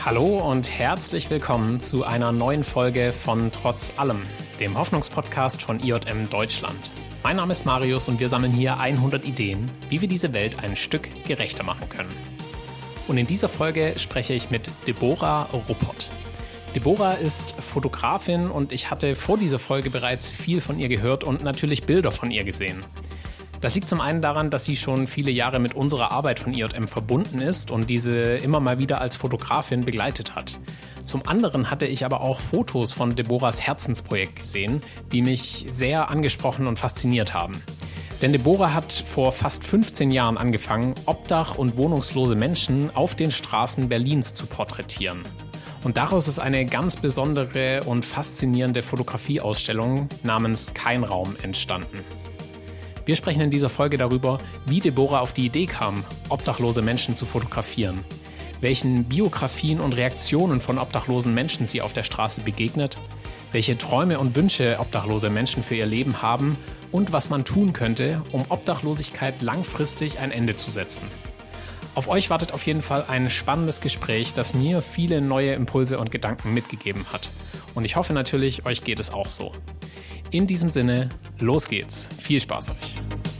Hallo und herzlich willkommen zu einer neuen Folge von Trotz allem, dem Hoffnungspodcast von IJM Deutschland. Mein Name ist Marius und wir sammeln hier 100 Ideen, wie wir diese Welt ein Stück gerechter machen können. Und in dieser Folge spreche ich mit Deborah Ruppert. Deborah ist Fotografin und ich hatte vor dieser Folge bereits viel von ihr gehört und natürlich Bilder von ihr gesehen. Das liegt zum einen daran, dass sie schon viele Jahre mit unserer Arbeit von IJM verbunden ist und diese immer mal wieder als Fotografin begleitet hat. Zum anderen hatte ich aber auch Fotos von Deborahs Herzensprojekt gesehen, die mich sehr angesprochen und fasziniert haben. Denn Deborah hat vor fast 15 Jahren angefangen, obdach- und wohnungslose Menschen auf den Straßen Berlins zu porträtieren. Und daraus ist eine ganz besondere und faszinierende Fotografieausstellung namens Kein Raum entstanden. Wir sprechen in dieser Folge darüber, wie Deborah auf die Idee kam, obdachlose Menschen zu fotografieren, welchen Biografien und Reaktionen von obdachlosen Menschen sie auf der Straße begegnet, welche Träume und Wünsche obdachlose Menschen für ihr Leben haben und was man tun könnte, um Obdachlosigkeit langfristig ein Ende zu setzen. Auf euch wartet auf jeden Fall ein spannendes Gespräch, das mir viele neue Impulse und Gedanken mitgegeben hat. Und ich hoffe natürlich, euch geht es auch so. In diesem Sinne, los geht's. Viel Spaß euch.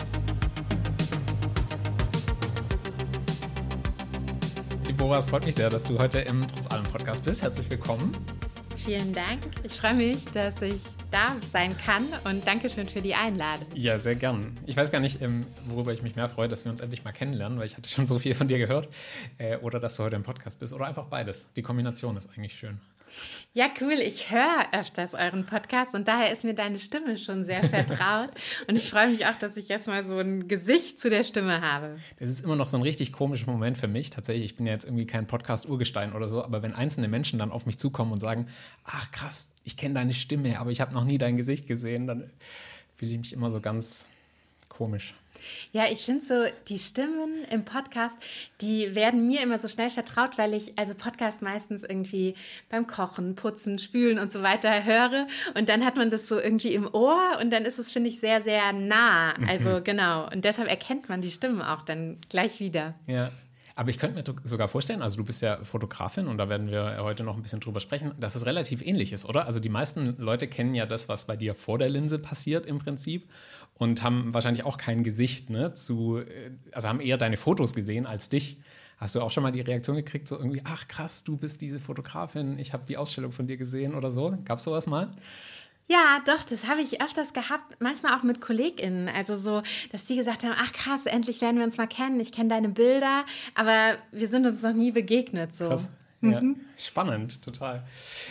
Deborah, es freut mich sehr, dass du heute im Trotz allem Podcast bist. Herzlich willkommen. Vielen Dank. Ich freue mich, dass ich da sein kann und Dankeschön für die Einladung. Ja, sehr gern. Ich weiß gar nicht, worüber ich mich mehr freue, dass wir uns endlich mal kennenlernen, weil ich hatte schon so viel von dir gehört. Oder dass du heute im Podcast bist oder einfach beides. Die Kombination ist eigentlich schön. Ja, cool. Ich höre öfters euren Podcast und daher ist mir deine Stimme schon sehr vertraut. Und ich freue mich auch, dass ich jetzt mal so ein Gesicht zu der Stimme habe. Das ist immer noch so ein richtig komischer Moment für mich. Tatsächlich, ich bin ja jetzt irgendwie kein Podcast-Urgestein oder so, aber wenn einzelne Menschen dann auf mich zukommen und sagen, ach krass, ich kenne deine Stimme, aber ich habe noch nie dein Gesicht gesehen, dann fühle ich mich immer so ganz komisch. Ja, ich finde so, die Stimmen im Podcast, die werden mir immer so schnell vertraut, weil ich also Podcast meistens irgendwie beim Kochen, Putzen, Spülen und so weiter höre und dann hat man das so irgendwie im Ohr und dann ist es, finde ich, sehr, sehr nah. Also genau, und deshalb erkennt man die Stimmen auch dann gleich wieder. Ja. Aber ich könnte mir sogar vorstellen, also du bist ja Fotografin und da werden wir heute noch ein bisschen drüber sprechen, dass es relativ ähnlich ist, oder? Also die meisten Leute kennen ja das, was bei dir vor der Linse passiert im Prinzip und haben wahrscheinlich auch kein Gesicht, ne, also haben eher deine Fotos gesehen als dich. Hast du auch schon mal die Reaktion gekriegt, so irgendwie, ach krass, du bist diese Fotografin, ich habe die Ausstellung von dir gesehen oder so? Gab es sowas mal? Ja, doch, das habe ich öfters gehabt, manchmal auch mit KollegInnen, also so, dass die gesagt haben, ach krass, endlich lernen wir uns mal kennen, ich kenne deine Bilder, aber wir sind uns noch nie begegnet. So. Krass, ja, spannend, total.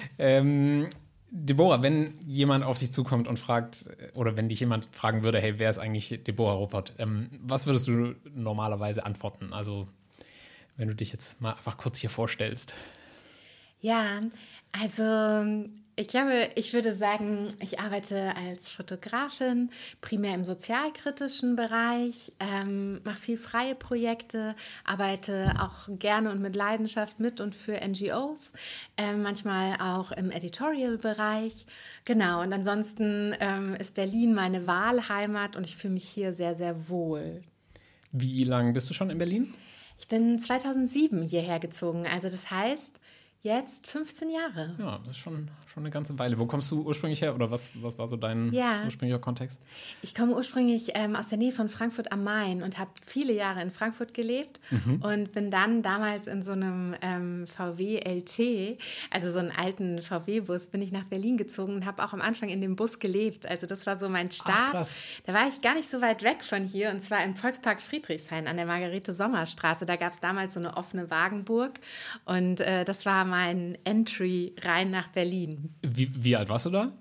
Deborah, wenn jemand auf dich zukommt und fragt, oder wenn dich jemand fragen würde, hey, wer ist eigentlich Deborah Ruppert, was würdest du normalerweise antworten? Also, wenn du dich jetzt mal einfach kurz hier vorstellst. Ja, also ich glaube, ich würde sagen, ich arbeite als Fotografin, primär im sozialkritischen Bereich, mache viel freie Projekte, arbeite auch gerne und mit Leidenschaft mit und für NGOs, manchmal auch im Editorial-Bereich. Genau, und ansonsten ist Berlin meine Wahlheimat und ich fühle mich hier sehr, sehr wohl. Wie lange bist du schon in Berlin? Ich bin 2007 hierher gezogen, also das heißt, jetzt 15 Jahre. Ja, das ist schon eine ganze Weile. Wo kommst du ursprünglich her oder was war so dein ursprünglicher Kontext? Ich komme ursprünglich aus der Nähe von Frankfurt am Main und habe viele Jahre in Frankfurt gelebt und bin dann damals in so einem VW LT, also so einen alten VW-Bus, bin ich nach Berlin gezogen und habe auch am Anfang in dem Bus gelebt. Also das war so mein Start. Ach, krass. Da war ich gar nicht so weit weg von hier und zwar im Volkspark Friedrichshain an der Margarete-Sommer-Straße. Da gab es damals so eine offene Wagenburg und das war mein Entry rein nach Berlin. Wie alt warst du da?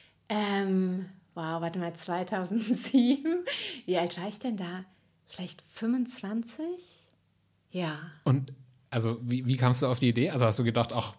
Wow, warte mal, 2007. Wie alt war ich denn da? Vielleicht 25? Ja. Und also wie kamst du auf die Idee? Also hast du gedacht, ach,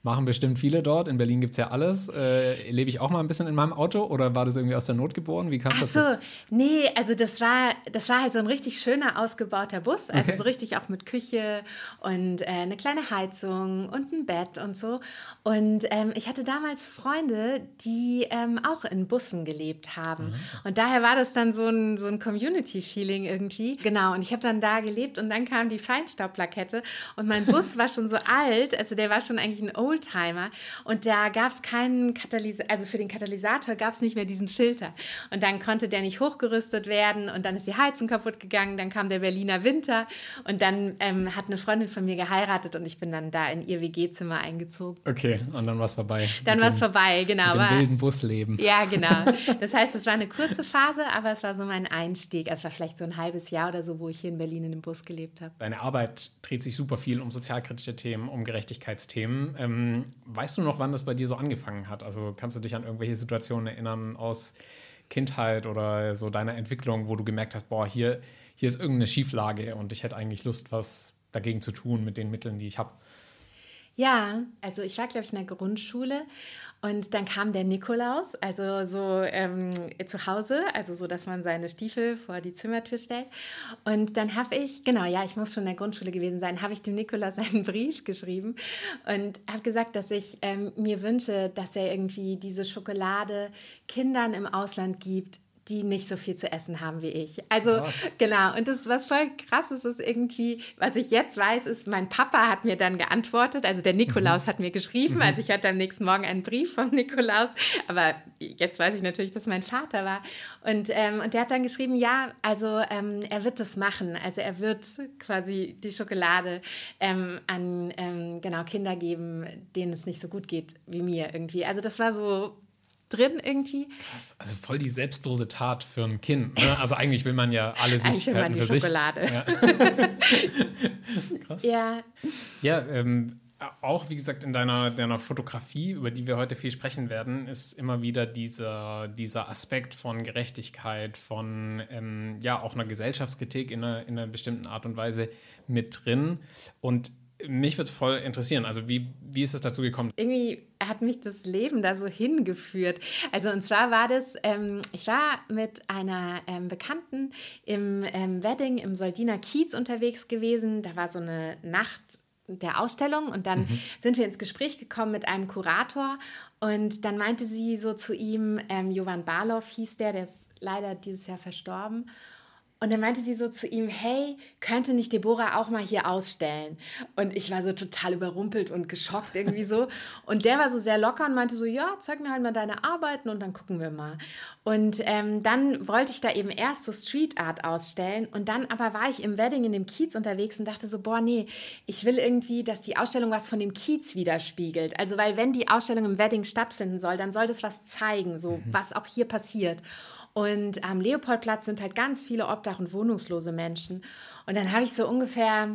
Machen bestimmt viele dort. In Berlin gibt es ja alles. Lebe ich auch mal ein bisschen in meinem Auto oder war das irgendwie aus der Not geboren? Wie kam's dazu? Ach so, nee, also das war halt so ein richtig schöner, ausgebauter Bus. Also so richtig auch mit Küche und eine kleine Heizung und ein Bett und so. Und ich hatte damals Freunde, die auch in Bussen gelebt haben. Und daher war das dann so ein Community-Feeling irgendwie. Genau, und ich habe dann da gelebt und dann kam die Feinstaubplakette und mein Bus war schon so alt, also der war schon eigentlich ein Oldtimer und da gab es keinen Katalysator, also für den Katalysator gab es nicht mehr diesen Filter und dann konnte der nicht hochgerüstet werden und dann ist die Heizung kaputt gegangen, dann kam der Berliner Winter und dann hat eine Freundin von mir geheiratet und ich bin dann da in ihr WG-Zimmer eingezogen. Okay, und dann war es vorbei. Dann war es vorbei, genau. Mit dem wilden Busleben. Ja, genau. Das heißt, es war eine kurze Phase, aber es war so mein Einstieg. Es war vielleicht so ein halbes Jahr oder so, wo ich hier in Berlin in dem Bus gelebt habe. Deine Arbeit dreht sich super viel um sozialkritische Themen, um Gerechtigkeitsthemen. Weißt du noch, wann das bei dir so angefangen hat? Also kannst du dich an irgendwelche Situationen erinnern aus Kindheit oder so deiner Entwicklung, wo du gemerkt hast, boah, hier ist irgendeine Schieflage und ich hätte eigentlich Lust, was dagegen zu tun mit den Mitteln, die ich habe? Ja, also ich war, glaube ich, in der Grundschule und dann kam der Nikolaus, also so zu Hause, also so, dass man seine Stiefel vor die Zimmertür stellt. Und dann habe ich, genau, ja, ich muss schon in der Grundschule gewesen sein, habe ich dem Nikolaus einen Brief geschrieben und habe gesagt, dass ich mir wünsche, dass er irgendwie diese Schokolade Kindern im Ausland gibt, die nicht so viel zu essen haben wie ich. Also genau, und das, was voll krass ist, ist irgendwie, was ich jetzt weiß, ist, mein Papa hat mir dann geantwortet, also der Nikolaus hat mir geschrieben, also ich hatte am nächsten Morgen einen Brief vom Nikolaus, aber jetzt weiß ich natürlich, dass mein Vater war und der hat dann geschrieben, ja, also er wird das machen, also er wird quasi die Schokolade an genau, Kinder geben, denen es nicht so gut geht wie mir irgendwie. Also das war so drin irgendwie. Krass, also voll die selbstlose Tat für ein Kind. Ne? Also eigentlich will man ja alle Süßigkeiten für sich. Schokolade. Ja. Krass. Ja. Ja, auch wie gesagt in deiner Fotografie, über die wir heute viel sprechen werden, ist immer wieder dieser Aspekt von Gerechtigkeit, von ja auch einer Gesellschaftskritik in einer bestimmten Art und Weise mit drin. Und mich würde es voll interessieren, also wie ist es dazu gekommen? Irgendwie hat mich das Leben da so hingeführt. Also und zwar war das, ich war mit einer Bekannten im Wedding im Soldiner Kiez unterwegs gewesen. Da war so eine Nacht der Ausstellung und dann sind wir ins Gespräch gekommen mit einem Kurator und dann meinte sie so zu ihm, Jovan Barlow hieß der ist leider dieses Jahr verstorben. Und dann meinte sie so zu ihm, hey, könnte nicht Deborah auch mal hier ausstellen? Und ich war so total überrumpelt und geschockt irgendwie so. Und der war so sehr locker und meinte so, ja, zeig mir halt mal deine Arbeiten und dann gucken wir mal. Und dann wollte ich da eben erst so Street Art ausstellen und dann aber war ich im Wedding in dem Kiez unterwegs und dachte so, boah, nee, ich will irgendwie, dass die Ausstellung was von dem Kiez widerspiegelt. Also weil wenn die Ausstellung im Wedding stattfinden soll, dann soll das was zeigen, so was auch hier passiert. Und am Leopoldplatz sind halt ganz viele Obdach- und wohnungslose Menschen. Und dann habe ich so ungefähr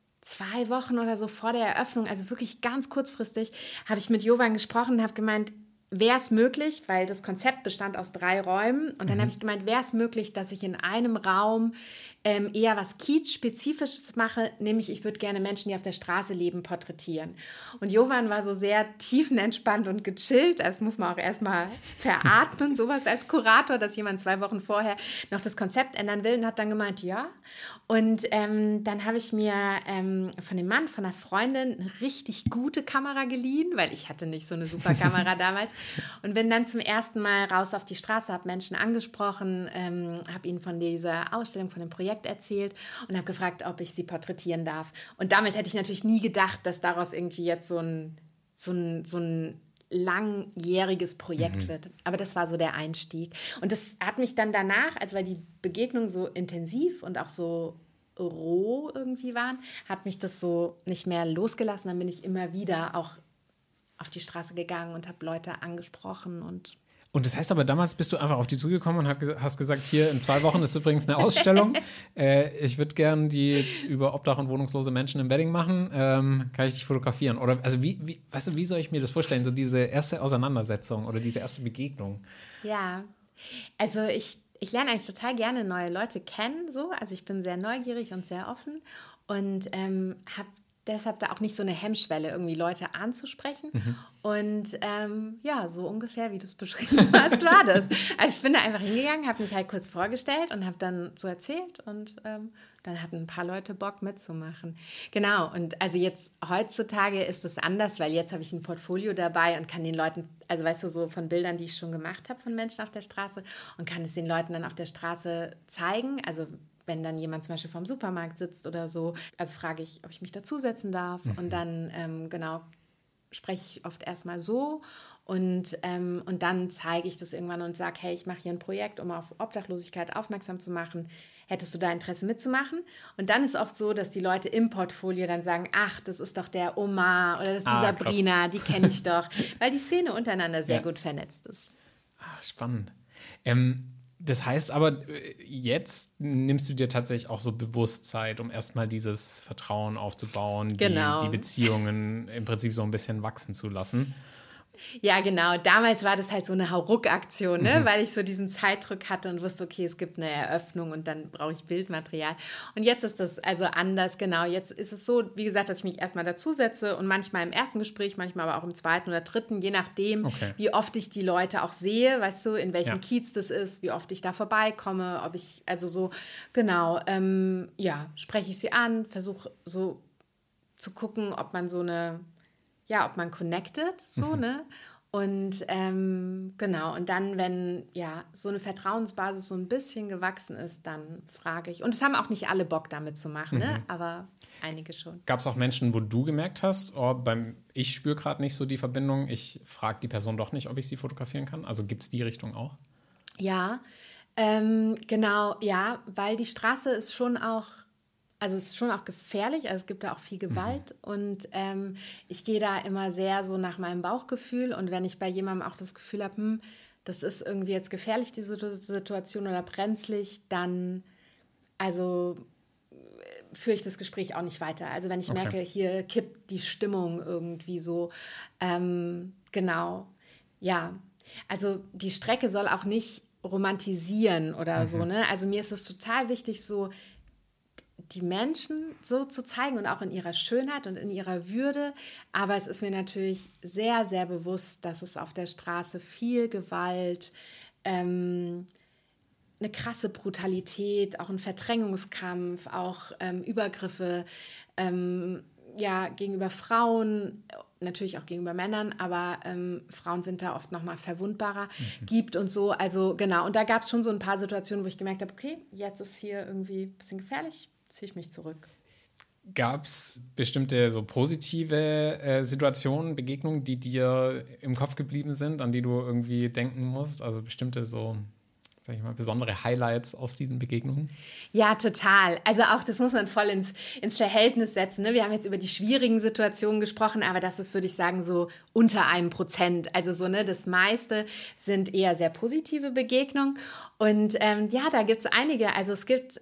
2 Wochen oder so vor der Eröffnung, also wirklich ganz kurzfristig, habe ich mit Jovan gesprochen und habe gemeint, wäre es möglich, weil das Konzept bestand aus 3 Räumen. Und dann habe ich gemeint, wäre es möglich, dass ich in einem Raum eher was Kiez-Spezifisches mache, nämlich ich würde gerne Menschen, die auf der Straße leben, porträtieren. Und Jovan war so sehr tiefenentspannt und gechillt, das muss man auch erstmal veratmen, sowas als Kurator, dass jemand 2 Wochen vorher noch das Konzept ändern will und hat dann gemeint, ja. Und dann habe ich mir von dem Mann, von einer Freundin, eine richtig gute Kamera geliehen, weil ich hatte nicht so eine super Kamera damals und bin dann zum ersten Mal raus auf die Straße, habe Menschen angesprochen, habe ihnen von dieser Ausstellung, von dem Projekt erzählt und habe gefragt, ob ich sie porträtieren darf. Und damals hätte ich natürlich nie gedacht, dass daraus irgendwie jetzt so ein langjähriges Projekt wird. Aber das war so der Einstieg. Und das hat mich dann danach, also weil die Begegnungen so intensiv und auch so roh irgendwie waren, hat mich das so nicht mehr losgelassen. Dann bin ich immer wieder auch auf die Straße gegangen und habe Leute angesprochen Und das heißt aber, damals bist du einfach auf die zugekommen und hast gesagt, hier in 2 Wochen ist übrigens eine Ausstellung. Ich würde gerne die jetzt über Obdach- und wohnungslose Menschen im Wedding machen. Kann ich dich fotografieren? Oder also wie soll ich mir das vorstellen? So diese erste Auseinandersetzung oder diese erste Begegnung? Ja, also ich lerne eigentlich total gerne neue Leute kennen. So. Also ich bin sehr neugierig und sehr offen und habe deshalb da auch nicht so eine Hemmschwelle, irgendwie Leute anzusprechen. Und so ungefähr, wie du es beschrieben hast, war das. Also ich bin da einfach hingegangen, habe mich halt kurz vorgestellt und habe dann so erzählt und dann hatten ein paar Leute Bock mitzumachen. Genau, und also jetzt heutzutage ist es anders, weil jetzt habe ich ein Portfolio dabei und kann den Leuten, also weißt du, so von Bildern, die ich schon gemacht habe von Menschen auf der Straße und kann es den Leuten dann auf der Straße zeigen, also wenn dann jemand zum Beispiel vorm Supermarkt sitzt oder so, also frage ich, ob ich mich dazusetzen darf und dann, spreche ich oft erstmal so und dann zeige ich das irgendwann und sage, hey, ich mache hier ein Projekt, um auf Obdachlosigkeit aufmerksam zu machen. Hättest du da Interesse mitzumachen? Und dann ist oft so, dass die Leute im Portfolio dann sagen, ach, das ist doch der Omar oder das ist die Sabrina, die kenne ich doch, weil die Szene untereinander sehr gut vernetzt ist. Spannend. Das heißt aber, jetzt nimmst du dir tatsächlich auch so bewusst Zeit, um erstmal dieses Vertrauen aufzubauen, die Beziehungen im Prinzip so ein bisschen wachsen zu lassen. Ja, genau. Damals war das halt so eine Hauruck-Aktion, ne? Weil ich so diesen Zeitdruck hatte und wusste, okay, es gibt eine Eröffnung und dann brauche ich Bildmaterial. Und jetzt ist das also anders, genau. Jetzt ist es so, wie gesagt, dass ich mich erstmal dazusetze und manchmal im ersten Gespräch, manchmal aber auch im zweiten oder dritten, je nachdem, wie oft ich die Leute auch sehe, weißt du, in welchem Kiez das ist, wie oft ich da vorbeikomme, ob ich, also so, genau, spreche ich sie an, versuche so zu gucken, ob man so eine, ob man connected, so, ne? Und genau, und dann, wenn so eine Vertrauensbasis so ein bisschen gewachsen ist, dann frage ich. Und es haben auch nicht alle Bock, damit zu machen, ne? Aber einige schon. Gab es auch Menschen, wo du gemerkt hast, ich spüre gerade nicht so die Verbindung, ich frage die Person doch nicht, ob ich sie fotografieren kann? Also gibt es die Richtung auch? Ja, genau, ja, weil die Straße ist schon auch, also es ist schon auch gefährlich, also es gibt da auch viel Gewalt und ich gehe da immer sehr so nach meinem Bauchgefühl und wenn ich bei jemandem auch das Gefühl habe, das ist irgendwie jetzt gefährlich, diese Situation oder brenzlig, dann führe ich das Gespräch auch nicht weiter. Also wenn ich merke, hier kippt die Stimmung irgendwie so, genau, ja. Also die Strecke soll auch nicht romantisieren oder so, ne? Also mir ist es total wichtig, so die Menschen so zu zeigen und auch in ihrer Schönheit und in ihrer Würde. Aber es ist mir natürlich sehr, sehr bewusst, dass es auf der Straße viel Gewalt, eine krasse Brutalität, auch ein Verdrängungskampf, auch Übergriffe, gegenüber Frauen, natürlich auch gegenüber Männern, aber Frauen sind da oft noch mal verwundbarer, gibt und so. Also genau, und da gab es schon so ein paar Situationen, wo ich gemerkt habe, okay, jetzt ist hier irgendwie ein bisschen gefährlich, ziehe ich mich zurück. Gab es bestimmte so positive Situationen, Begegnungen, die dir im Kopf geblieben sind, an die du irgendwie denken musst? Also bestimmte so, sag ich mal, besondere Highlights aus diesen Begegnungen? Ja, total. Also auch das muss man voll ins Verhältnis setzen. Ne? Wir haben jetzt über die schwierigen Situationen gesprochen, aber das ist, würde ich sagen, so unter 1%. Also so, ne, das meiste sind eher sehr positive Begegnungen. Und da gibt es einige. Also es gibt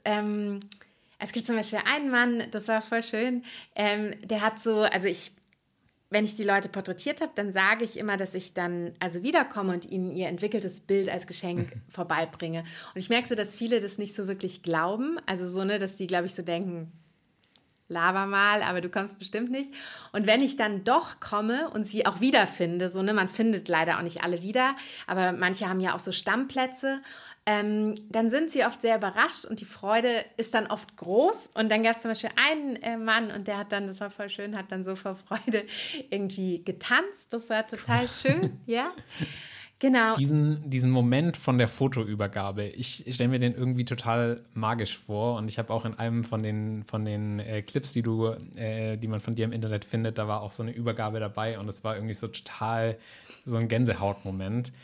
zum Beispiel einen Mann, das war voll schön, der hat so, also wenn ich die Leute porträtiert habe, dann sage ich immer, dass ich dann also wiederkomme und ihnen ihr entwickeltes Bild als Geschenk vorbeibringe. Und ich merke so, dass viele das nicht so wirklich glauben. Also so, ne, dass die, glaube ich, so denken, laber mal, aber du kommst bestimmt nicht. Und wenn ich dann doch komme und sie auch wiederfinde, so, ne, man findet leider auch nicht alle wieder, aber manche haben ja auch so Stammplätze, dann sind sie oft sehr überrascht und die Freude ist dann oft groß. Und dann gab es zum Beispiel einen Mann und der hat dann, das war voll schön, hat dann so vor Freude irgendwie getanzt. Das war total schön, ja. Genau. Diesen Moment von der Fotoübergabe, ich stelle mir den irgendwie total magisch vor und ich habe auch in einem von den Clips, die man von dir im Internet findet, da war auch so eine Übergabe dabei und es war irgendwie so total so ein Gänsehautmoment.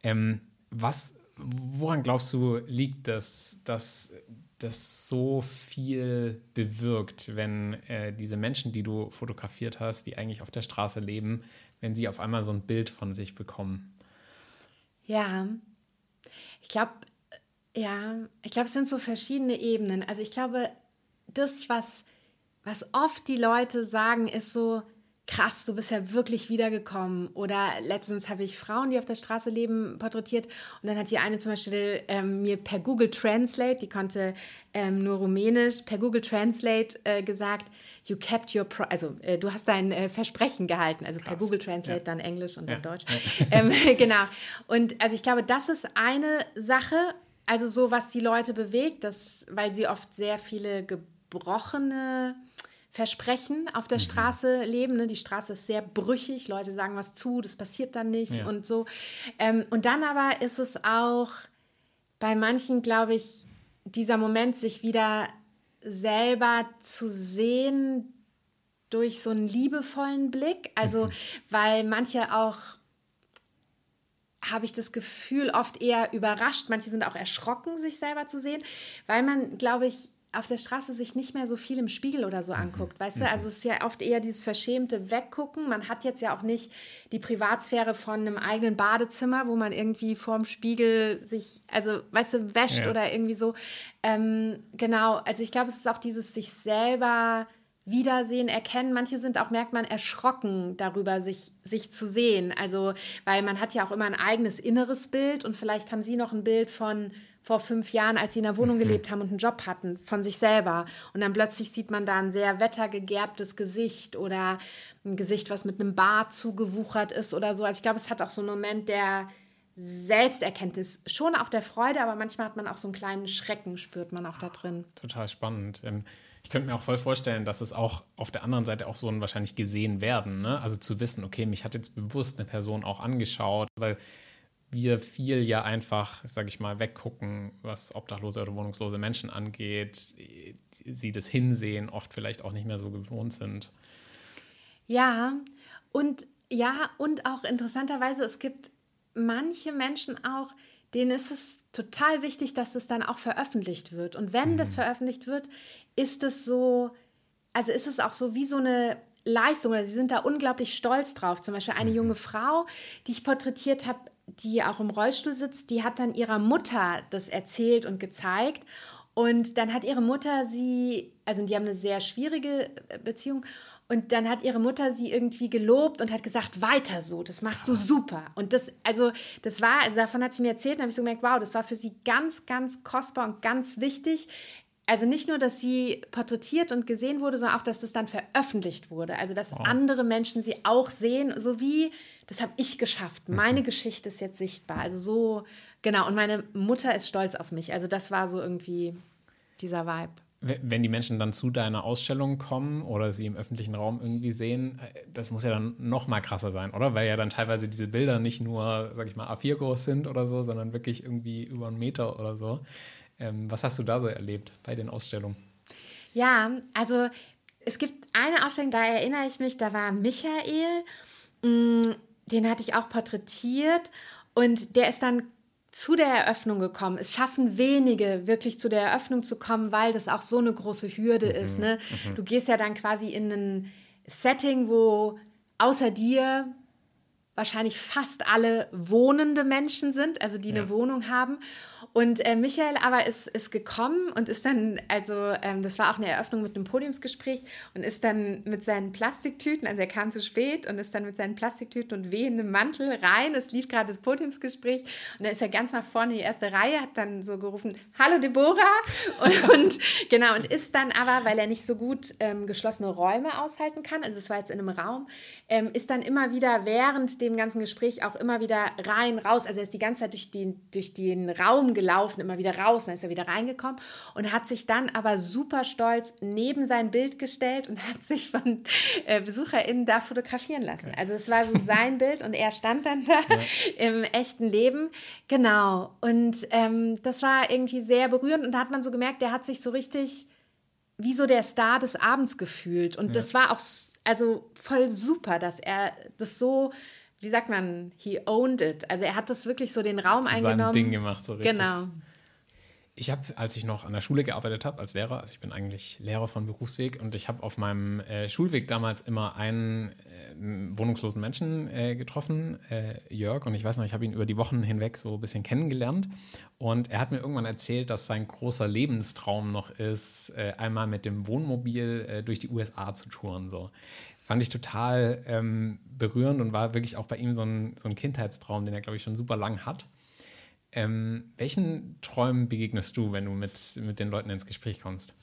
Woran glaubst du, liegt das, dass das so viel bewirkt, wenn diese Menschen, die du fotografiert hast, die eigentlich auf der Straße leben, wenn sie auf einmal so ein Bild von sich bekommen? Ja, ich glaube, es sind so verschiedene Ebenen. Also ich glaube, das, was oft die Leute sagen, ist so, krass, du bist ja wirklich wiedergekommen. Oder letztens habe ich Frauen, die auf der Straße leben, porträtiert. Und dann hat die eine zum Beispiel mir per Google Translate, die konnte nur Rumänisch, per Google Translate gesagt, you kept your, du hast dein Versprechen gehalten. Also per Google Translate, dann Englisch und dann Deutsch. Genau. Und also ich glaube, das ist eine Sache, also so, was die Leute bewegt, weil sie oft sehr viele gebrochene Versprechen auf der Straße leben. Ne? Die Straße ist sehr brüchig, Leute sagen was zu, das passiert dann nicht und so. Und dann aber ist es auch bei manchen, glaube ich, dieser Moment, sich wieder selber zu sehen durch so einen liebevollen Blick. Also, weil manche auch, habe ich das Gefühl, oft eher überrascht, manche sind auch erschrocken, sich selber zu sehen, weil man, glaube ich, auf der Straße sich nicht mehr so viel im Spiegel oder so anguckt, weißt du? Also es ist ja oft eher dieses verschämte Weggucken. Man hat jetzt ja auch nicht die Privatsphäre von einem eigenen Badezimmer, wo man irgendwie vorm Spiegel sich, also weißt du, wäscht oder irgendwie so. Genau, also ich glaube, es ist auch dieses sich selber wiedersehen, erkennen. Manche sind auch, merkt man, erschrocken darüber, sich zu sehen. Also, weil man hat ja auch immer ein eigenes inneres Bild und vielleicht haben sie noch ein Bild von vor 5 Jahren, als sie in der Wohnung gelebt haben und einen Job hatten, von sich selber. Und dann plötzlich sieht man da ein sehr wettergegerbtes Gesicht oder ein Gesicht, was mit einem Bart zugewuchert ist oder so. Also ich glaube, es hat auch so einen Moment der Selbsterkenntnis, schon auch der Freude, aber manchmal hat man auch so einen kleinen Schrecken, spürt man auch da drin. Total spannend. Ich könnte mir auch voll vorstellen, dass es auch auf der anderen Seite auch so ein wahrscheinlich gesehen werden, ne? Also zu wissen, okay, mich hat jetzt bewusst eine Person auch angeschaut, weil wir viel ja einfach, sage ich mal, weggucken, was obdachlose oder wohnungslose Menschen angeht, sie das Hinsehen oft vielleicht auch nicht mehr so gewohnt sind. Ja, und auch interessanterweise, es gibt manche Menschen auch, denen ist es total wichtig, dass es dann auch veröffentlicht wird. Und wenn das veröffentlicht wird, ist es so, also ist es auch so wie so eine Leistung, oder sie sind da unglaublich stolz drauf. Zum Beispiel eine junge Frau, die ich porträtiert habe, die auch im Rollstuhl sitzt, die hat dann ihrer Mutter das erzählt und gezeigt. Und dann hat ihre Mutter sie, also die haben eine sehr schwierige Beziehung, und dann hat ihre Mutter sie irgendwie gelobt und hat gesagt, weiter so, das machst du super. Und davon hat sie mir erzählt, und habe ich so gemerkt, wow, das war für sie ganz, ganz kostbar und ganz wichtig. Also nicht nur, dass sie porträtiert und gesehen wurde, sondern auch, dass das dann veröffentlicht wurde. Also, dass andere Menschen sie auch sehen, so wie, das habe ich geschafft. Meine Geschichte ist jetzt sichtbar. Also so, genau. Und meine Mutter ist stolz auf mich. Also das war so irgendwie dieser Vibe. Wenn die Menschen dann zu deiner Ausstellung kommen oder sie im öffentlichen Raum irgendwie sehen, das muss ja dann noch mal krasser sein, oder? Weil ja dann teilweise diese Bilder nicht nur, sag ich mal, A4 groß sind oder so, sondern wirklich irgendwie über 1 Meter oder so. Was hast du da so erlebt bei den Ausstellungen? Ja, also es gibt eine Ausstellung, da erinnere ich mich, da war Michael, den hatte ich auch porträtiert und der ist dann zu der Eröffnung gekommen. Es schaffen wenige, wirklich zu der Eröffnung zu kommen, weil das auch so eine große Hürde ist. Ne? Du gehst ja dann quasi in ein Setting, wo außer dir wahrscheinlich fast alle wohnende Menschen sind, also die eine Wohnung haben. Und Michael aber ist gekommen und ist dann, also das war auch eine Eröffnung mit einem Podiumsgespräch, und ist dann mit seinen Plastiktüten, also er kam zu spät und ist dann mit seinen Plastiktüten und wehendem Mantel rein. Es lief gerade das Podiumsgespräch und dann ist er ganz nach vorne in die erste Reihe, hat dann so gerufen, hallo Deborah, und ist dann aber, weil er nicht so gut geschlossene Räume aushalten kann, also es war jetzt in einem Raum, ist dann immer wieder während dem ganzen Gespräch auch immer wieder rein, raus, also er ist die ganze Zeit durch den Raum gelaufen, immer wieder raus, dann ist er wieder reingekommen und hat sich dann aber super stolz neben sein Bild gestellt und hat sich von BesucherInnen da fotografieren lassen. Also es war so sein Bild und er stand dann da im echten Leben. Genau. Und das war irgendwie sehr berührend und da hat man so gemerkt, der hat sich so richtig wie so der Star des Abends gefühlt. Und das war auch also voll super, dass er das so, wie sagt man, he owned it. Also er hat das wirklich so den Raum eingenommen. Sein Ding gemacht, so richtig. Genau. Ich habe, als ich noch an der Schule gearbeitet habe, als Lehrer, also ich bin eigentlich Lehrer von Berufsweg, und ich habe auf meinem Schulweg damals immer einen wohnungslosen Menschen getroffen, Jörg, und ich weiß noch, ich habe ihn über die Wochen hinweg so ein bisschen kennengelernt, und er hat mir irgendwann erzählt, dass sein großer Lebenstraum noch ist, einmal mit dem Wohnmobil durch die USA zu touren, so. Fand ich total berührend und war wirklich auch bei ihm so ein Kindheitstraum, den er, glaube ich, schon super lang hat. Welchen Träumen begegnest du, wenn du mit den Leuten ins Gespräch kommst?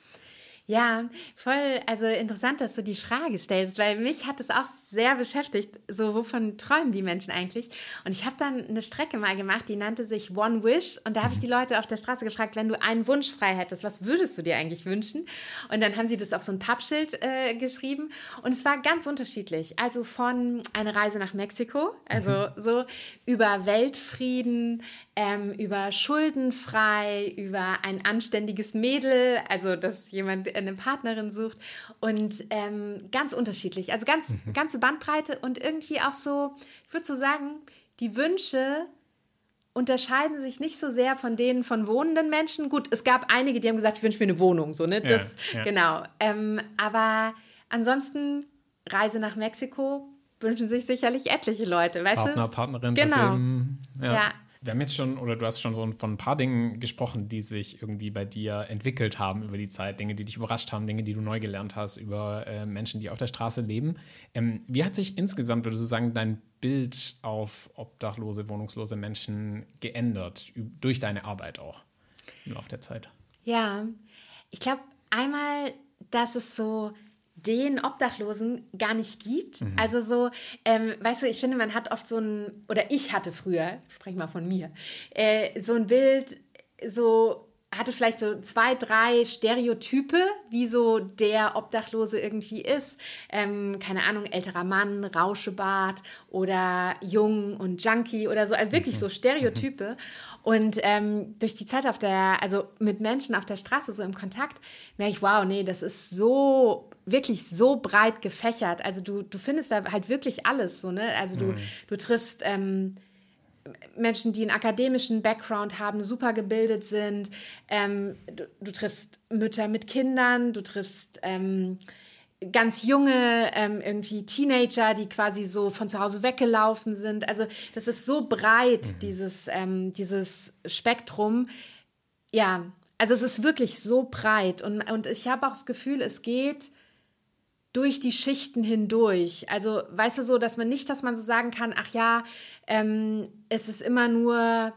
Ja, voll, also interessant, dass du die Frage stellst, weil mich hat es auch sehr beschäftigt, so wovon träumen die Menschen eigentlich? Und ich habe dann eine Strecke mal gemacht, die nannte sich One Wish und da habe ich die Leute auf der Straße gefragt, wenn du einen Wunsch frei hättest, was würdest du dir eigentlich wünschen? Und dann haben sie das auf so ein Pappschild geschrieben und es war ganz unterschiedlich, also von einer Reise nach Mexiko, also so über Weltfrieden, über schuldenfrei, über ein anständiges Mädel, also dass jemand eine Partnerin sucht und ganz unterschiedlich, also ganze Bandbreite und irgendwie auch so, ich würde so sagen, die Wünsche unterscheiden sich nicht so sehr von denen von wohnenden Menschen. Gut, es gab einige, die haben gesagt, ich wünsche mir eine Wohnung, so, ne? Das, ja. Genau. Aber ansonsten Reise nach Mexiko wünschen sich sicherlich etliche Leute, weißt du? Partnerin, genau. Das Leben. Ja. Wir haben jetzt schon, oder du hast schon so von ein paar Dingen gesprochen, die sich irgendwie bei dir entwickelt haben über die Zeit. Dinge, die dich überrascht haben, Dinge, die du neu gelernt hast über Menschen, die auf der Straße leben. Wie hat sich insgesamt, würdest du sagen, dein Bild auf obdachlose, wohnungslose Menschen geändert, durch deine Arbeit auch im Laufe der Zeit? Ja, ich glaube einmal, dass es so den Obdachlosen gar nicht gibt. Also so, weißt du, ich finde, man hat oft so ein, oder ich hatte früher, sprech mal von mir, so ein Bild, so hatte vielleicht so 2, 3 Stereotype, wie so der Obdachlose irgendwie ist. Keine Ahnung, älterer Mann, Rauschebart oder jung und Junkie oder so. Also wirklich so Stereotype. Und durch die Zeit also mit Menschen auf der Straße so im Kontakt, merke ich, wow, nee, das ist so wirklich so breit gefächert. Also du findest da halt wirklich alles so, ne? Also du triffst Menschen, die einen akademischen Background haben, super gebildet sind. Du triffst Mütter mit Kindern, du triffst ganz junge irgendwie Teenager, die quasi so von zu Hause weggelaufen sind. Also das ist so breit, dieses Spektrum. Ja, also es ist wirklich so breit. Und ich habe auch das Gefühl, es geht durch die Schichten hindurch. Also, weißt du so, dass man so sagen kann, ach ja, es sind immer nur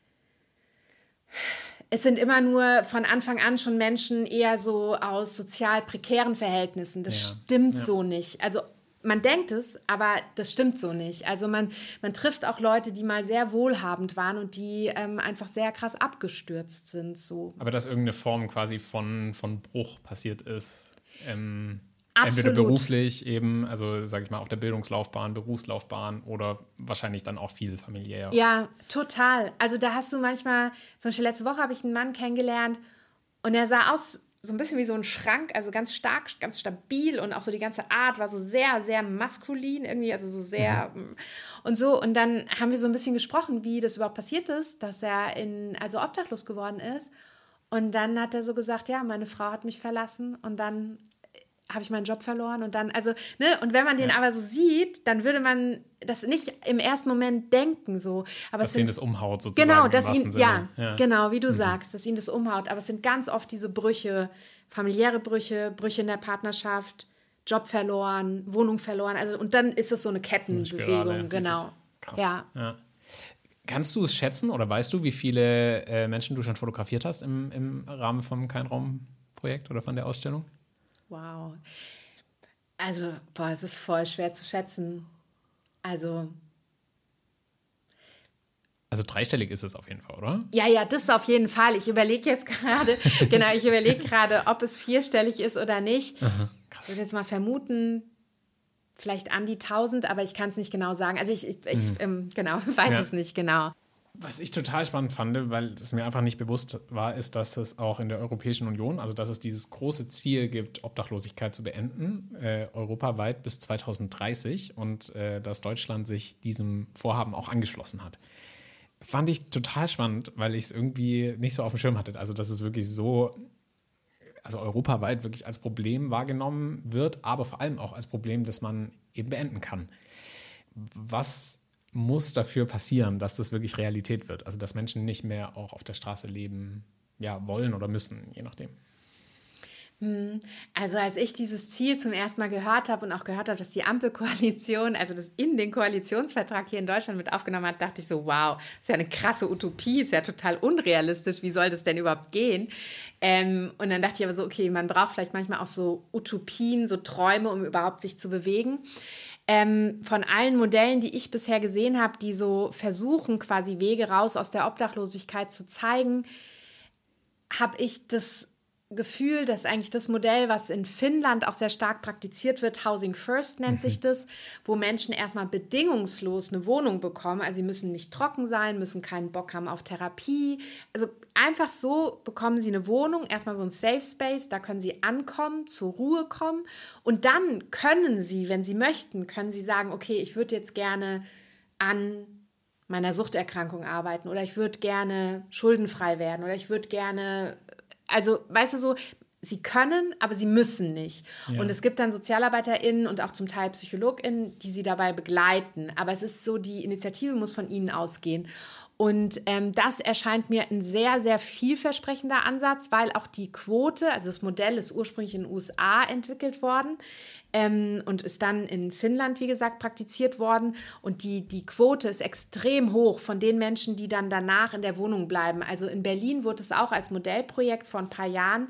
von Anfang an schon Menschen eher so aus sozial prekären Verhältnissen. Das stimmt so nicht. Also, man denkt es, aber das stimmt so nicht. Also, man trifft auch Leute, die mal sehr wohlhabend waren und die einfach sehr krass abgestürzt sind. So. Aber dass irgendeine Form quasi von Bruch passiert ist. Absolut. Entweder beruflich eben, also sage ich mal auf der Bildungslaufbahn, Berufslaufbahn oder wahrscheinlich dann auch viel familiär. Ja, total. Also da hast du manchmal, zum Beispiel letzte Woche habe ich einen Mann kennengelernt und er sah aus so ein bisschen wie so ein Schrank, also ganz stark, ganz stabil und auch so die ganze Art war so sehr, sehr maskulin irgendwie, also so sehr und so. Und dann haben wir so ein bisschen gesprochen, wie das überhaupt passiert ist, dass er also obdachlos geworden ist. Und dann hat er so gesagt, ja, meine Frau hat mich verlassen und dann habe ich meinen Job verloren und dann, also, ne, und wenn man den aber so sieht, dann würde man das nicht im ersten Moment denken, so. Aber dass ihn das umhaut sozusagen. Genau, dass ihn, ja, genau, wie du sagst, dass ihn das umhaut. Aber es sind ganz oft diese Brüche, familiäre Brüche, Brüche in der Partnerschaft, Job verloren, Wohnung verloren, also, und dann ist es so eine Kettenbewegung, genau. Krass. Ja. Kannst du es schätzen oder weißt du, wie viele Menschen du schon fotografiert hast im Rahmen vom Kein-Raum-Projekt oder von der Ausstellung? Wow. Also, es ist voll schwer zu schätzen. Also dreistellig ist es auf jeden Fall, oder? Ja, das auf jeden Fall. Ich überlege jetzt gerade, ob es vierstellig ist oder nicht. Aha, krass. Ich würde jetzt mal vermuten, vielleicht an die 1000, aber ich kann es nicht genau sagen. Also ich weiß es nicht genau. Was ich total spannend fand, weil es mir einfach nicht bewusst war, ist, dass es auch in der Europäischen Union, also dass es dieses große Ziel gibt, Obdachlosigkeit zu beenden, europaweit bis 2030 und dass Deutschland sich diesem Vorhaben auch angeschlossen hat. Fand ich total spannend, weil ich es irgendwie nicht so auf dem Schirm hatte. Also dass es wirklich so, also europaweit wirklich als Problem wahrgenommen wird, aber vor allem auch als Problem, das man eben beenden kann. Was muss dafür passieren, dass das wirklich Realität wird? Also dass Menschen nicht mehr auch auf der Straße leben, ja, wollen oder müssen, je nachdem. Also als ich dieses Ziel zum ersten Mal gehört habe und auch gehört habe, dass die Ampelkoalition, also das in den Koalitionsvertrag hier in Deutschland mit aufgenommen hat, dachte ich so, wow, ist ja eine krasse Utopie, ist ja total unrealistisch, wie soll das denn überhaupt gehen? Und dann dachte ich aber so, okay, man braucht vielleicht manchmal auch so Utopien, so Träume, um überhaupt sich zu bewegen. Von allen Modellen, die ich bisher gesehen habe, die so versuchen, quasi Wege raus aus der Obdachlosigkeit zu zeigen, habe ich das Gefühl, dass eigentlich das Modell, was in Finnland auch sehr stark praktiziert wird, Housing First nennt sich das, wo Menschen erstmal bedingungslos eine Wohnung bekommen. Also sie müssen nicht trocken sein, müssen keinen Bock haben auf Therapie. Also einfach so bekommen sie eine Wohnung, erstmal so ein Safe Space, da können sie ankommen, zur Ruhe kommen und dann können sie, wenn sie möchten, können sie sagen, okay, ich würde jetzt gerne an meiner Suchterkrankung arbeiten oder ich würde gerne schuldenfrei werden oder ich würde gerne, also weißt du so, sie können, aber sie müssen nicht. Ja. Und es gibt dann SozialarbeiterInnen und auch zum Teil PsychologInnen, die sie dabei begleiten. Aber es ist so, die Initiative muss von ihnen ausgehen. Und das erscheint mir ein sehr, sehr vielversprechender Ansatz, weil auch die Quote, also das Modell ist ursprünglich in den USA entwickelt worden und ist dann in Finnland, wie gesagt, praktiziert worden. Und die Quote ist extrem hoch von den Menschen, die dann danach in der Wohnung bleiben. Also in Berlin wurde es auch als Modellprojekt vor ein paar Jahren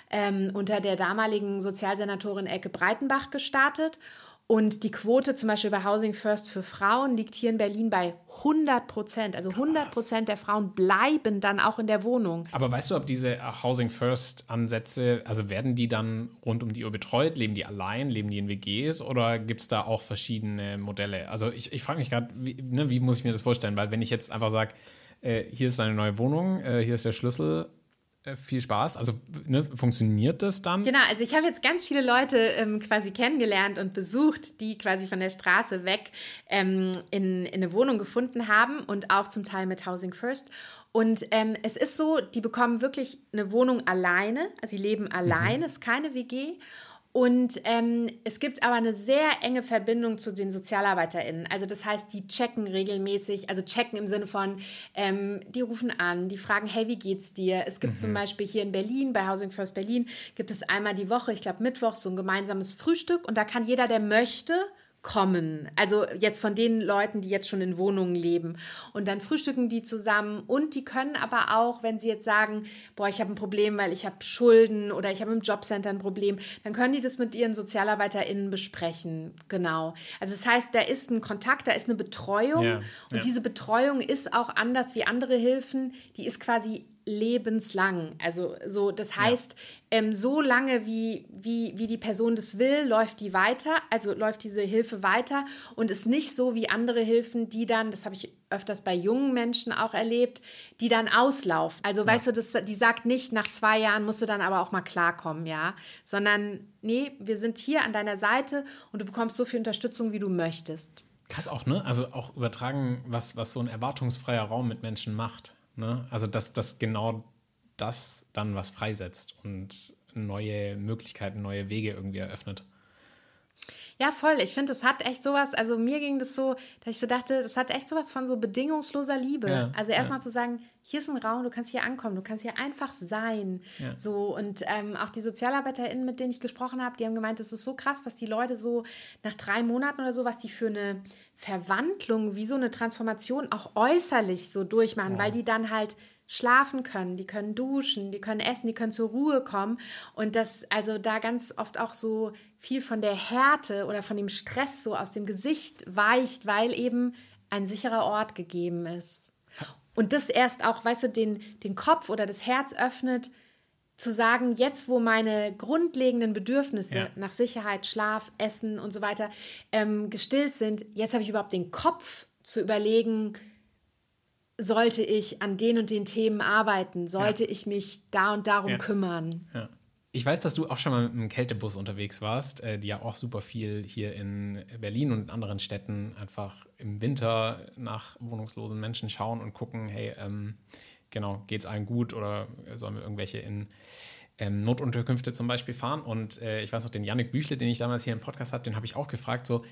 unter der damaligen Sozialsenatorin Elke Breitenbach gestartet. Und die Quote zum Beispiel bei Housing First für Frauen liegt hier in Berlin bei 100%. Also 100% der Frauen bleiben dann auch in der Wohnung. Aber weißt du, ob diese Housing First Ansätze, also werden die dann rund um die Uhr betreut? Leben die allein? Leben die in WGs? Oder gibt es da auch verschiedene Modelle? Also ich frage mich gerade, wie muss ich mir das vorstellen? Weil wenn ich jetzt einfach sage, hier ist eine neue Wohnung, hier ist der Schlüssel, viel Spaß. Also funktioniert das dann? Genau, also ich habe jetzt ganz viele Leute quasi kennengelernt und besucht, die quasi von der Straße weg in eine Wohnung gefunden haben und auch zum Teil mit Housing First. Und es ist so, die bekommen wirklich eine Wohnung alleine, also sie leben alleine, ist keine WG. Und es gibt aber eine sehr enge Verbindung zu den SozialarbeiterInnen. Also das heißt, die checken regelmäßig, also checken im Sinne von, die rufen an, die fragen, hey, wie geht's dir? Es gibt zum Beispiel hier in Berlin, bei Housing First Berlin, gibt es einmal die Woche, ich glaube mittwochs, so ein gemeinsames Frühstück. Und da kann jeder, der möchte, kommen. Also jetzt von den Leuten, die jetzt schon in Wohnungen leben. Und dann frühstücken die zusammen und die können aber auch, wenn sie jetzt sagen, boah, ich habe ein Problem, weil ich habe Schulden oder ich habe im Jobcenter ein Problem, dann können die das mit ihren SozialarbeiterInnen besprechen. Genau. Also das heißt, da ist ein Kontakt, da ist eine Betreuung und diese Betreuung ist auch anders wie andere Hilfen. Die ist quasi lebenslang. Also so, das heißt, so lange wie die Person das will, läuft die weiter, also läuft diese Hilfe weiter und ist nicht so wie andere Hilfen, die dann, das habe ich öfters bei jungen Menschen auch erlebt, die dann auslaufen. Also weißt du, die sagt nicht, nach 2 Jahren musst du dann aber auch mal klarkommen, ja, sondern nee, wir sind hier an deiner Seite und du bekommst so viel Unterstützung, wie du möchtest. Krass auch, ne? Also auch übertragen, was so ein erwartungsfreier Raum mit Menschen macht. Ne? Also, dass genau das dann was freisetzt und neue Möglichkeiten, neue Wege irgendwie eröffnet. Ja, voll. Ich finde, das hat echt sowas, also mir ging das so, dass ich so dachte, das hat echt sowas von so bedingungsloser Liebe. Ja, also erstmal zu sagen, hier ist ein Raum, du kannst hier ankommen, du kannst hier einfach sein. Ja. So, und auch die SozialarbeiterInnen, mit denen ich gesprochen habe, die haben gemeint, das ist so krass, was die Leute so nach 3 Monaten oder so, was die für eine Verwandlung, wie so eine Transformation auch äußerlich so durchmachen, weil die dann halt schlafen können, die können duschen, die können essen, die können zur Ruhe kommen und das, also da ganz oft auch so viel von der Härte oder von dem Stress so aus dem Gesicht weicht, weil eben ein sicherer Ort gegeben ist. Und das erst auch, weißt du, den Kopf oder das Herz öffnet, zu sagen, jetzt wo meine grundlegenden Bedürfnisse nach Sicherheit, Schlaf, Essen und so weiter gestillt sind, jetzt habe ich überhaupt den Kopf zu überlegen, sollte ich an den und den Themen arbeiten? Sollte ich mich da und darum kümmern? Ja. Ich weiß, dass du auch schon mal mit einem Kältebus unterwegs warst, die ja auch super viel hier in Berlin und in anderen Städten einfach im Winter nach wohnungslosen Menschen schauen und gucken, hey, geht's allen gut oder sollen wir irgendwelche in Notunterkünfte zum Beispiel fahren? Und ich weiß noch, den Yannick Büchle, den ich damals hier im Podcast hatte, den habe ich auch gefragt, so,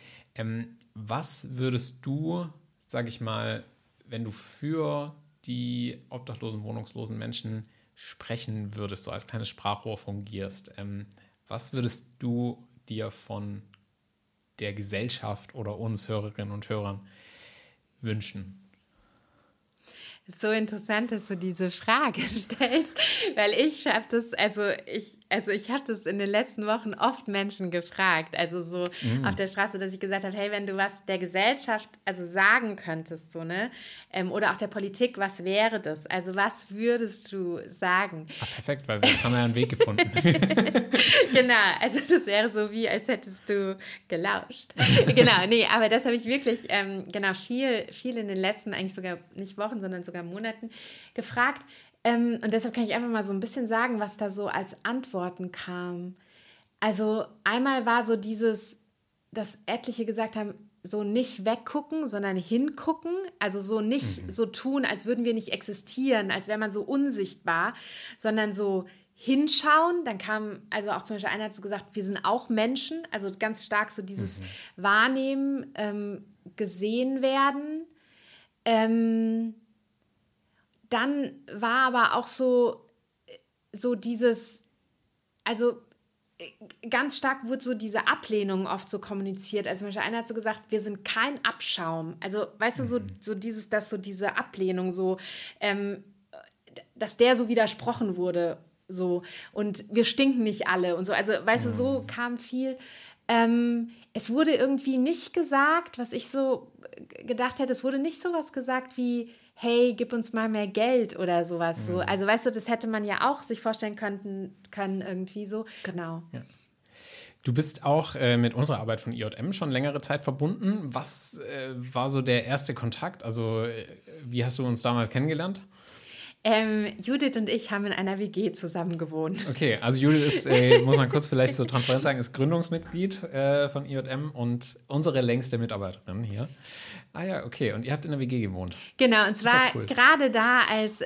was würdest du, sage ich mal, wenn du für die obdachlosen, wohnungslosen Menschen sprechen würdest, so als kleines Sprachrohr fungierst, was würdest du dir von der Gesellschaft oder uns Hörerinnen und Hörern wünschen? So interessant, dass du diese Frage stellst, weil ich habe das, ich habe das in den letzten Wochen oft Menschen gefragt, also so auf der Straße, dass ich gesagt habe, hey, wenn du was der Gesellschaft also sagen könntest, so, ne, oder auch der Politik, was wäre das? Also was würdest du sagen? Perfekt, weil jetzt haben wir ja einen Weg gefunden. Genau, also das wäre so wie, als hättest du gelauscht. Genau, nee, aber das habe ich wirklich, viel in den letzten, eigentlich sogar nicht Wochen, sondern sogar Monaten gefragt. Und deshalb kann ich einfach mal so ein bisschen sagen, was da so als Antworten kam. Also einmal war so dass etliche gesagt haben, so nicht weggucken, sondern hingucken. Also so nicht so tun, als würden wir nicht existieren, als wäre man so unsichtbar, sondern so hinschauen. Dann kam, also auch zum Beispiel einer hat so gesagt, wir sind auch Menschen. Also ganz stark so dieses Wahrnehmen, gesehen werden. Dann war aber auch so dieses, also ganz stark wurde so diese Ablehnung oft so kommuniziert. Also zum Beispiel einer hat so gesagt, wir sind kein Abschaum. Also weißt du, so diese Ablehnung, so, dass der so widersprochen wurde. So, und wir stinken nicht alle und so. Also weißt du, so kam viel. Es wurde irgendwie nicht gesagt, was ich so gedacht hätte, es wurde nicht sowas gesagt wie, hey, gib uns mal mehr Geld oder sowas. So. Also weißt du, das hätte man ja auch sich vorstellen können irgendwie so. Genau. Ja. Du bist auch mit unserer Arbeit von IJM schon längere Zeit verbunden. Was war so der erste Kontakt? Also wie hast du uns damals kennengelernt? Judith und ich haben in einer WG zusammen gewohnt. Okay, also Judith ist, muss man kurz vielleicht so transparent sagen, ist Gründungsmitglied von IJM und unsere längste Mitarbeiterin hier. Ah ja, okay. Und ihr habt in der WG gewohnt. Genau, und zwar cool. gerade da, als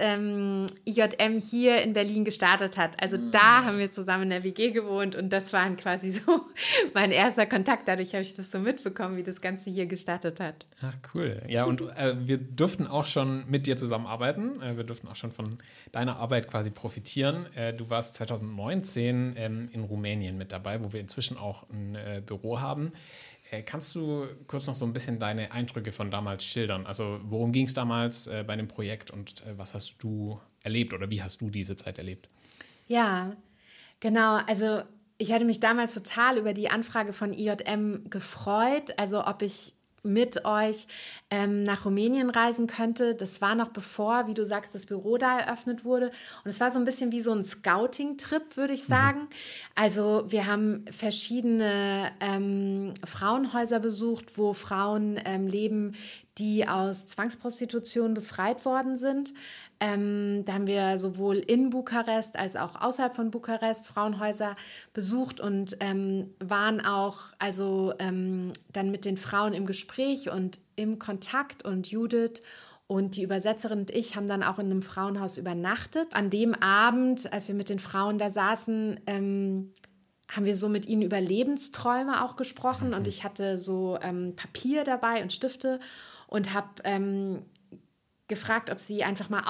IJM hier in Berlin gestartet hat. Also da haben wir zusammen in der WG gewohnt und das war quasi so mein erster Kontakt. Dadurch habe ich das so mitbekommen, wie das Ganze hier gestartet hat. Ach, cool. Ja, und wir durften auch schon mit dir zusammenarbeiten. Wir durften auch schon von deiner Arbeit quasi profitieren. Du warst 2019 in Rumänien mit dabei, wo wir inzwischen auch ein Büro haben. Kannst du kurz noch so ein bisschen deine Eindrücke von damals schildern? Also worum ging es damals bei dem Projekt und was hast du erlebt oder wie hast du diese Zeit erlebt? Ja, genau. Also ich hatte mich damals total über die Anfrage von IJM gefreut, also ob ich mit euch nach Rumänien reisen könnte. Das war noch bevor, wie du sagst, das Büro da eröffnet wurde. Und es war so ein bisschen wie so ein Scouting-Trip, würde ich sagen. Also wir haben verschiedene Frauenhäuser besucht, wo Frauen leben, die aus Zwangsprostitution befreit worden sind. Da haben wir sowohl in Bukarest als auch außerhalb von Bukarest Frauenhäuser besucht und waren auch dann mit den Frauen im Gespräch und im Kontakt. Und Judith und die Übersetzerin und ich haben dann auch in einem Frauenhaus übernachtet. An dem Abend, als wir mit den Frauen da saßen, haben wir so mit ihnen über Lebensträume auch gesprochen. Und ich hatte so Papier dabei und Stifte und habe gefragt, ob sie einfach mal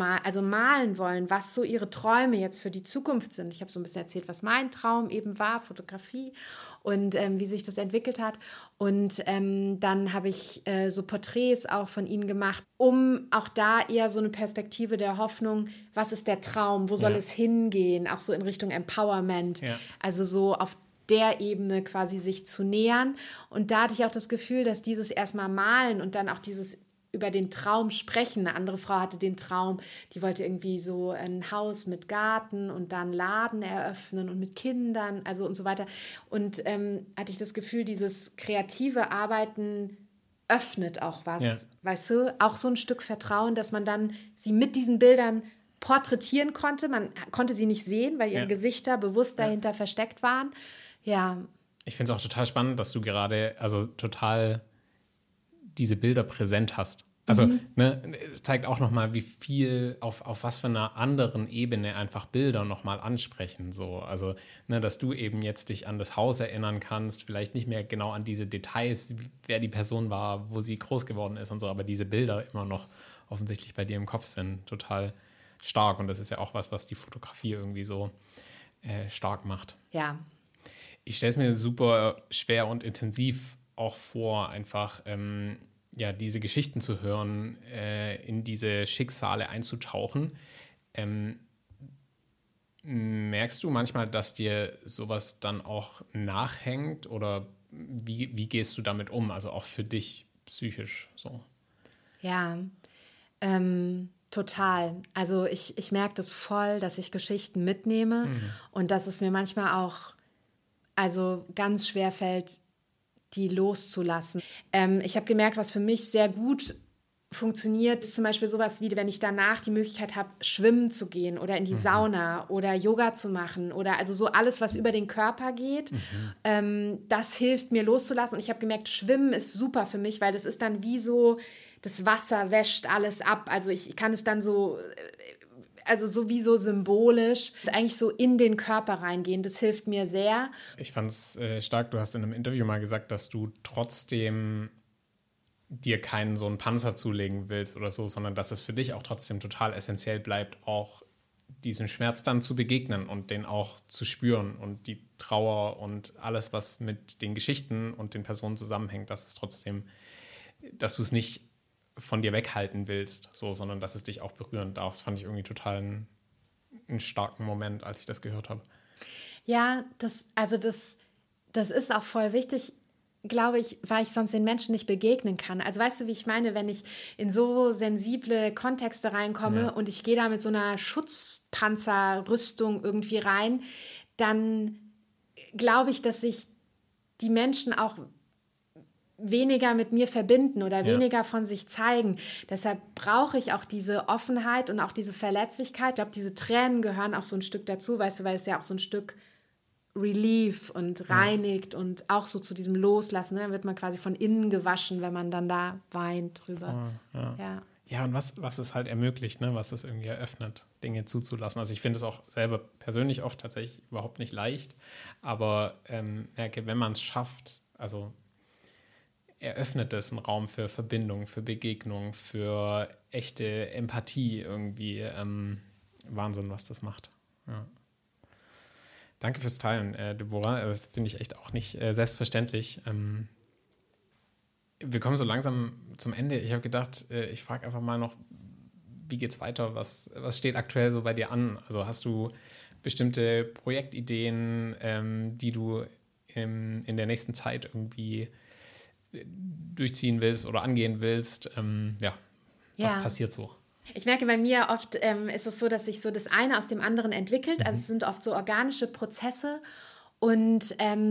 malen wollen, was so ihre Träume jetzt für die Zukunft sind. Ich habe so ein bisschen erzählt, was mein Traum eben war, Fotografie und wie sich das entwickelt hat. Und dann habe ich so Porträts auch von ihnen gemacht, um auch da eher so eine Perspektive der Hoffnung, was ist der Traum, wo soll es hingehen, auch so in Richtung Empowerment, also so auf der Ebene quasi sich zu nähern. Und da hatte ich auch das Gefühl, dass dieses erstmal Malen und dann auch dieses über den Traum sprechen. Eine andere Frau hatte den Traum, die wollte irgendwie so ein Haus mit Garten und dann Laden eröffnen und mit Kindern, also und so weiter. Und hatte ich das Gefühl, dieses kreative Arbeiten öffnet auch was, weißt du? Auch so ein Stück Vertrauen, dass man dann sie mit diesen Bildern porträtieren konnte. Man konnte sie nicht sehen, weil ihre Gesichter bewusst dahinter versteckt waren. Ja. Ich finde es auch total spannend, dass du gerade total diese Bilder präsent hast. Also es zeigt auch nochmal, wie viel, auf was für einer anderen Ebene einfach Bilder nochmal ansprechen. So. Also, dass du eben jetzt dich an das Haus erinnern kannst, vielleicht nicht mehr genau an diese Details, wer die Person war, wo sie groß geworden ist und so, aber diese Bilder immer noch offensichtlich bei dir im Kopf sind. Total stark. Und das ist ja auch was die Fotografie irgendwie so stark macht. Ja. Ich stelle es mir super schwer und intensiv auch vor, einfach diese Geschichten zu hören, in diese Schicksale einzutauchen. Merkst du manchmal, dass dir sowas dann auch nachhängt oder wie gehst du damit um? Also auch für dich psychisch so? Ja, total. Also ich merke das voll, dass ich Geschichten mitnehme und dass es mir manchmal auch ganz schwer fällt, die loszulassen. Ich habe gemerkt, was für mich sehr gut funktioniert, ist zum Beispiel sowas wie, wenn ich danach die Möglichkeit habe, schwimmen zu gehen oder in die Sauna oder Yoga zu machen oder also so alles, was über den Körper geht, das hilft mir loszulassen. Und ich habe gemerkt, Schwimmen ist super für mich, weil das ist dann wie so, das Wasser wäscht alles ab. Also ich kann es dann so, also sowieso symbolisch, eigentlich so in den Körper reingehen. Das hilft mir sehr. Ich fand es stark, du hast in einem Interview mal gesagt, dass du trotzdem dir keinen so einen Panzer zulegen willst oder so, sondern dass es für dich auch trotzdem total essentiell bleibt, auch diesen Schmerz dann zu begegnen und den auch zu spüren und die Trauer und alles, was mit den Geschichten und den Personen zusammenhängt, dass du es nicht von dir weghalten willst, so, sondern dass es dich auch berühren darf. Das fand ich irgendwie total einen starken Moment, als ich das gehört habe. Ja, das ist auch voll wichtig, glaube ich, weil ich sonst den Menschen nicht begegnen kann. Also weißt du, wie ich meine, wenn ich in so sensible Kontexte reinkomme und ich gehe da mit so einer Schutzpanzerrüstung irgendwie rein, dann glaube ich, dass sich die Menschen auch weniger mit mir verbinden oder weniger von sich zeigen. Deshalb brauche ich auch diese Offenheit und auch diese Verletzlichkeit. Ich glaube, diese Tränen gehören auch so ein Stück dazu, weißt du, weil es ja auch so ein Stück Relief und reinigt und auch so zu diesem Loslassen. Ne? Dann wird man quasi von innen gewaschen, wenn man dann da weint drüber. Ja, und was es halt ermöglicht, ne? Was es irgendwie eröffnet, Dinge zuzulassen. Also ich finde es auch selber persönlich oft tatsächlich überhaupt nicht leicht, aber merke, wenn man es schafft, also eröffnet es einen Raum für Verbindung, für Begegnung, für echte Empathie irgendwie. Wahnsinn, was das macht. Ja. Danke fürs Teilen, Deborah. Das finde ich echt auch nicht selbstverständlich. Wir kommen so langsam zum Ende. Ich habe gedacht, ich frage einfach mal noch, wie geht's weiter? Was steht aktuell so bei dir an? Also hast du bestimmte Projektideen, die du in der nächsten Zeit irgendwie durchziehen willst oder angehen willst? Was passiert so? Ich merke bei mir oft ist es so, dass sich so das eine aus dem anderen entwickelt. Also es sind oft so organische Prozesse und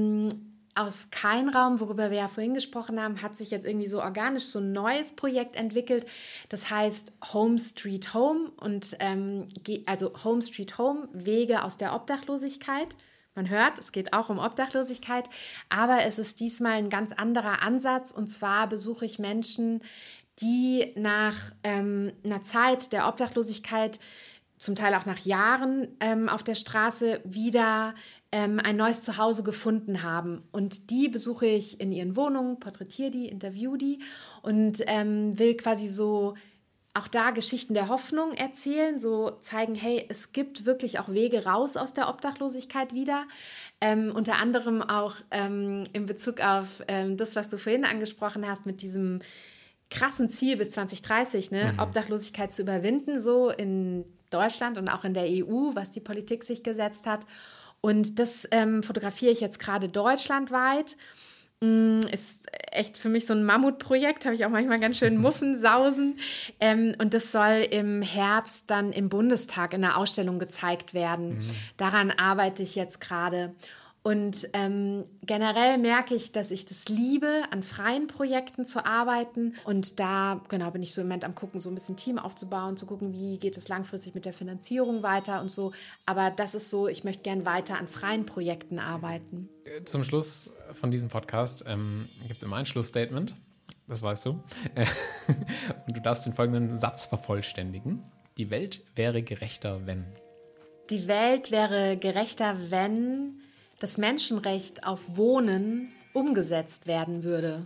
aus keinem Raum, worüber wir ja vorhin gesprochen haben, hat sich jetzt irgendwie so organisch so ein neues Projekt entwickelt. Das heißt Home Street Home und also Home Street Home, Wege aus der Obdachlosigkeit. Man hört, es geht auch um Obdachlosigkeit, aber es ist diesmal ein ganz anderer Ansatz und zwar besuche ich Menschen, die nach einer Zeit der Obdachlosigkeit, zum Teil auch nach Jahren auf der Straße, wieder ein neues Zuhause gefunden haben. Und die besuche ich in ihren Wohnungen, porträtiere die, interview die und will quasi so auch da Geschichten der Hoffnung erzählen, so zeigen, hey, es gibt wirklich auch Wege raus aus der Obdachlosigkeit wieder. Unter anderem auch in Bezug auf das, was du vorhin angesprochen hast, mit diesem krassen Ziel bis 2030, Obdachlosigkeit zu überwinden, so in Deutschland und auch in der EU, was die Politik sich gesetzt hat. Und das fotografiere ich jetzt gerade deutschlandweit. Ist echt für mich so ein Mammutprojekt, habe ich auch manchmal ganz schön Muffensausen. Und das soll im Herbst dann im Bundestag in einer Ausstellung gezeigt werden. Daran arbeite ich jetzt gerade. Und generell merke ich, dass ich das liebe, an freien Projekten zu arbeiten. Und da bin ich so im Moment am gucken, so ein bisschen Team aufzubauen, zu gucken, wie geht es langfristig mit der Finanzierung weiter und so. Aber das ist so, ich möchte gern weiter an freien Projekten arbeiten. Zum Schluss von diesem Podcast gibt es immer ein Schlussstatement, das weißt du. Und du darfst den folgenden Satz vervollständigen. Die Welt wäre gerechter, wenn. Die Welt wäre gerechter, wenn das Menschenrecht auf Wohnen umgesetzt werden würde.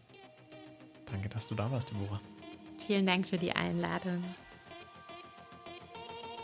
Danke, dass du da warst, Deborah. Vielen Dank für die Einladung.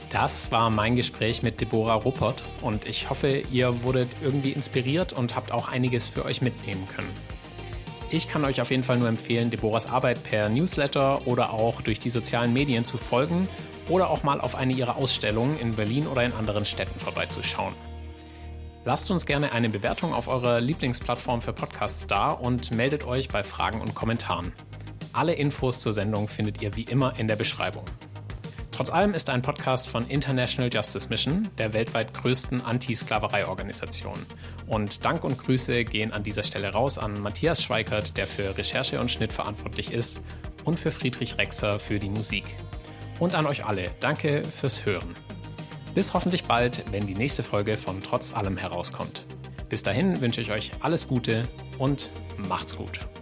Das war mein Gespräch mit Deborah Ruppert und ich hoffe, ihr wurdet irgendwie inspiriert und habt auch einiges für euch mitnehmen können. Ich kann euch auf jeden Fall nur empfehlen, Deborahs Arbeit per Newsletter oder auch durch die sozialen Medien zu folgen oder auch mal auf eine ihrer Ausstellungen in Berlin oder in anderen Städten vorbeizuschauen. Lasst uns gerne eine Bewertung auf eurer Lieblingsplattform für Podcasts da und meldet euch bei Fragen und Kommentaren. Alle Infos zur Sendung findet ihr wie immer in der Beschreibung. Trotz allem ist ein Podcast von International Justice Mission, der weltweit größten Anti-Sklaverei-Organisation. Und Dank und Grüße gehen an dieser Stelle raus an Matthias Schweikert, der für Recherche und Schnitt verantwortlich ist, und für Friedrich Rexer für die Musik. Und an euch alle, danke fürs Hören. Bis hoffentlich bald, wenn die nächste Folge von Trotz allem herauskommt. Bis dahin wünsche ich euch alles Gute und macht's gut.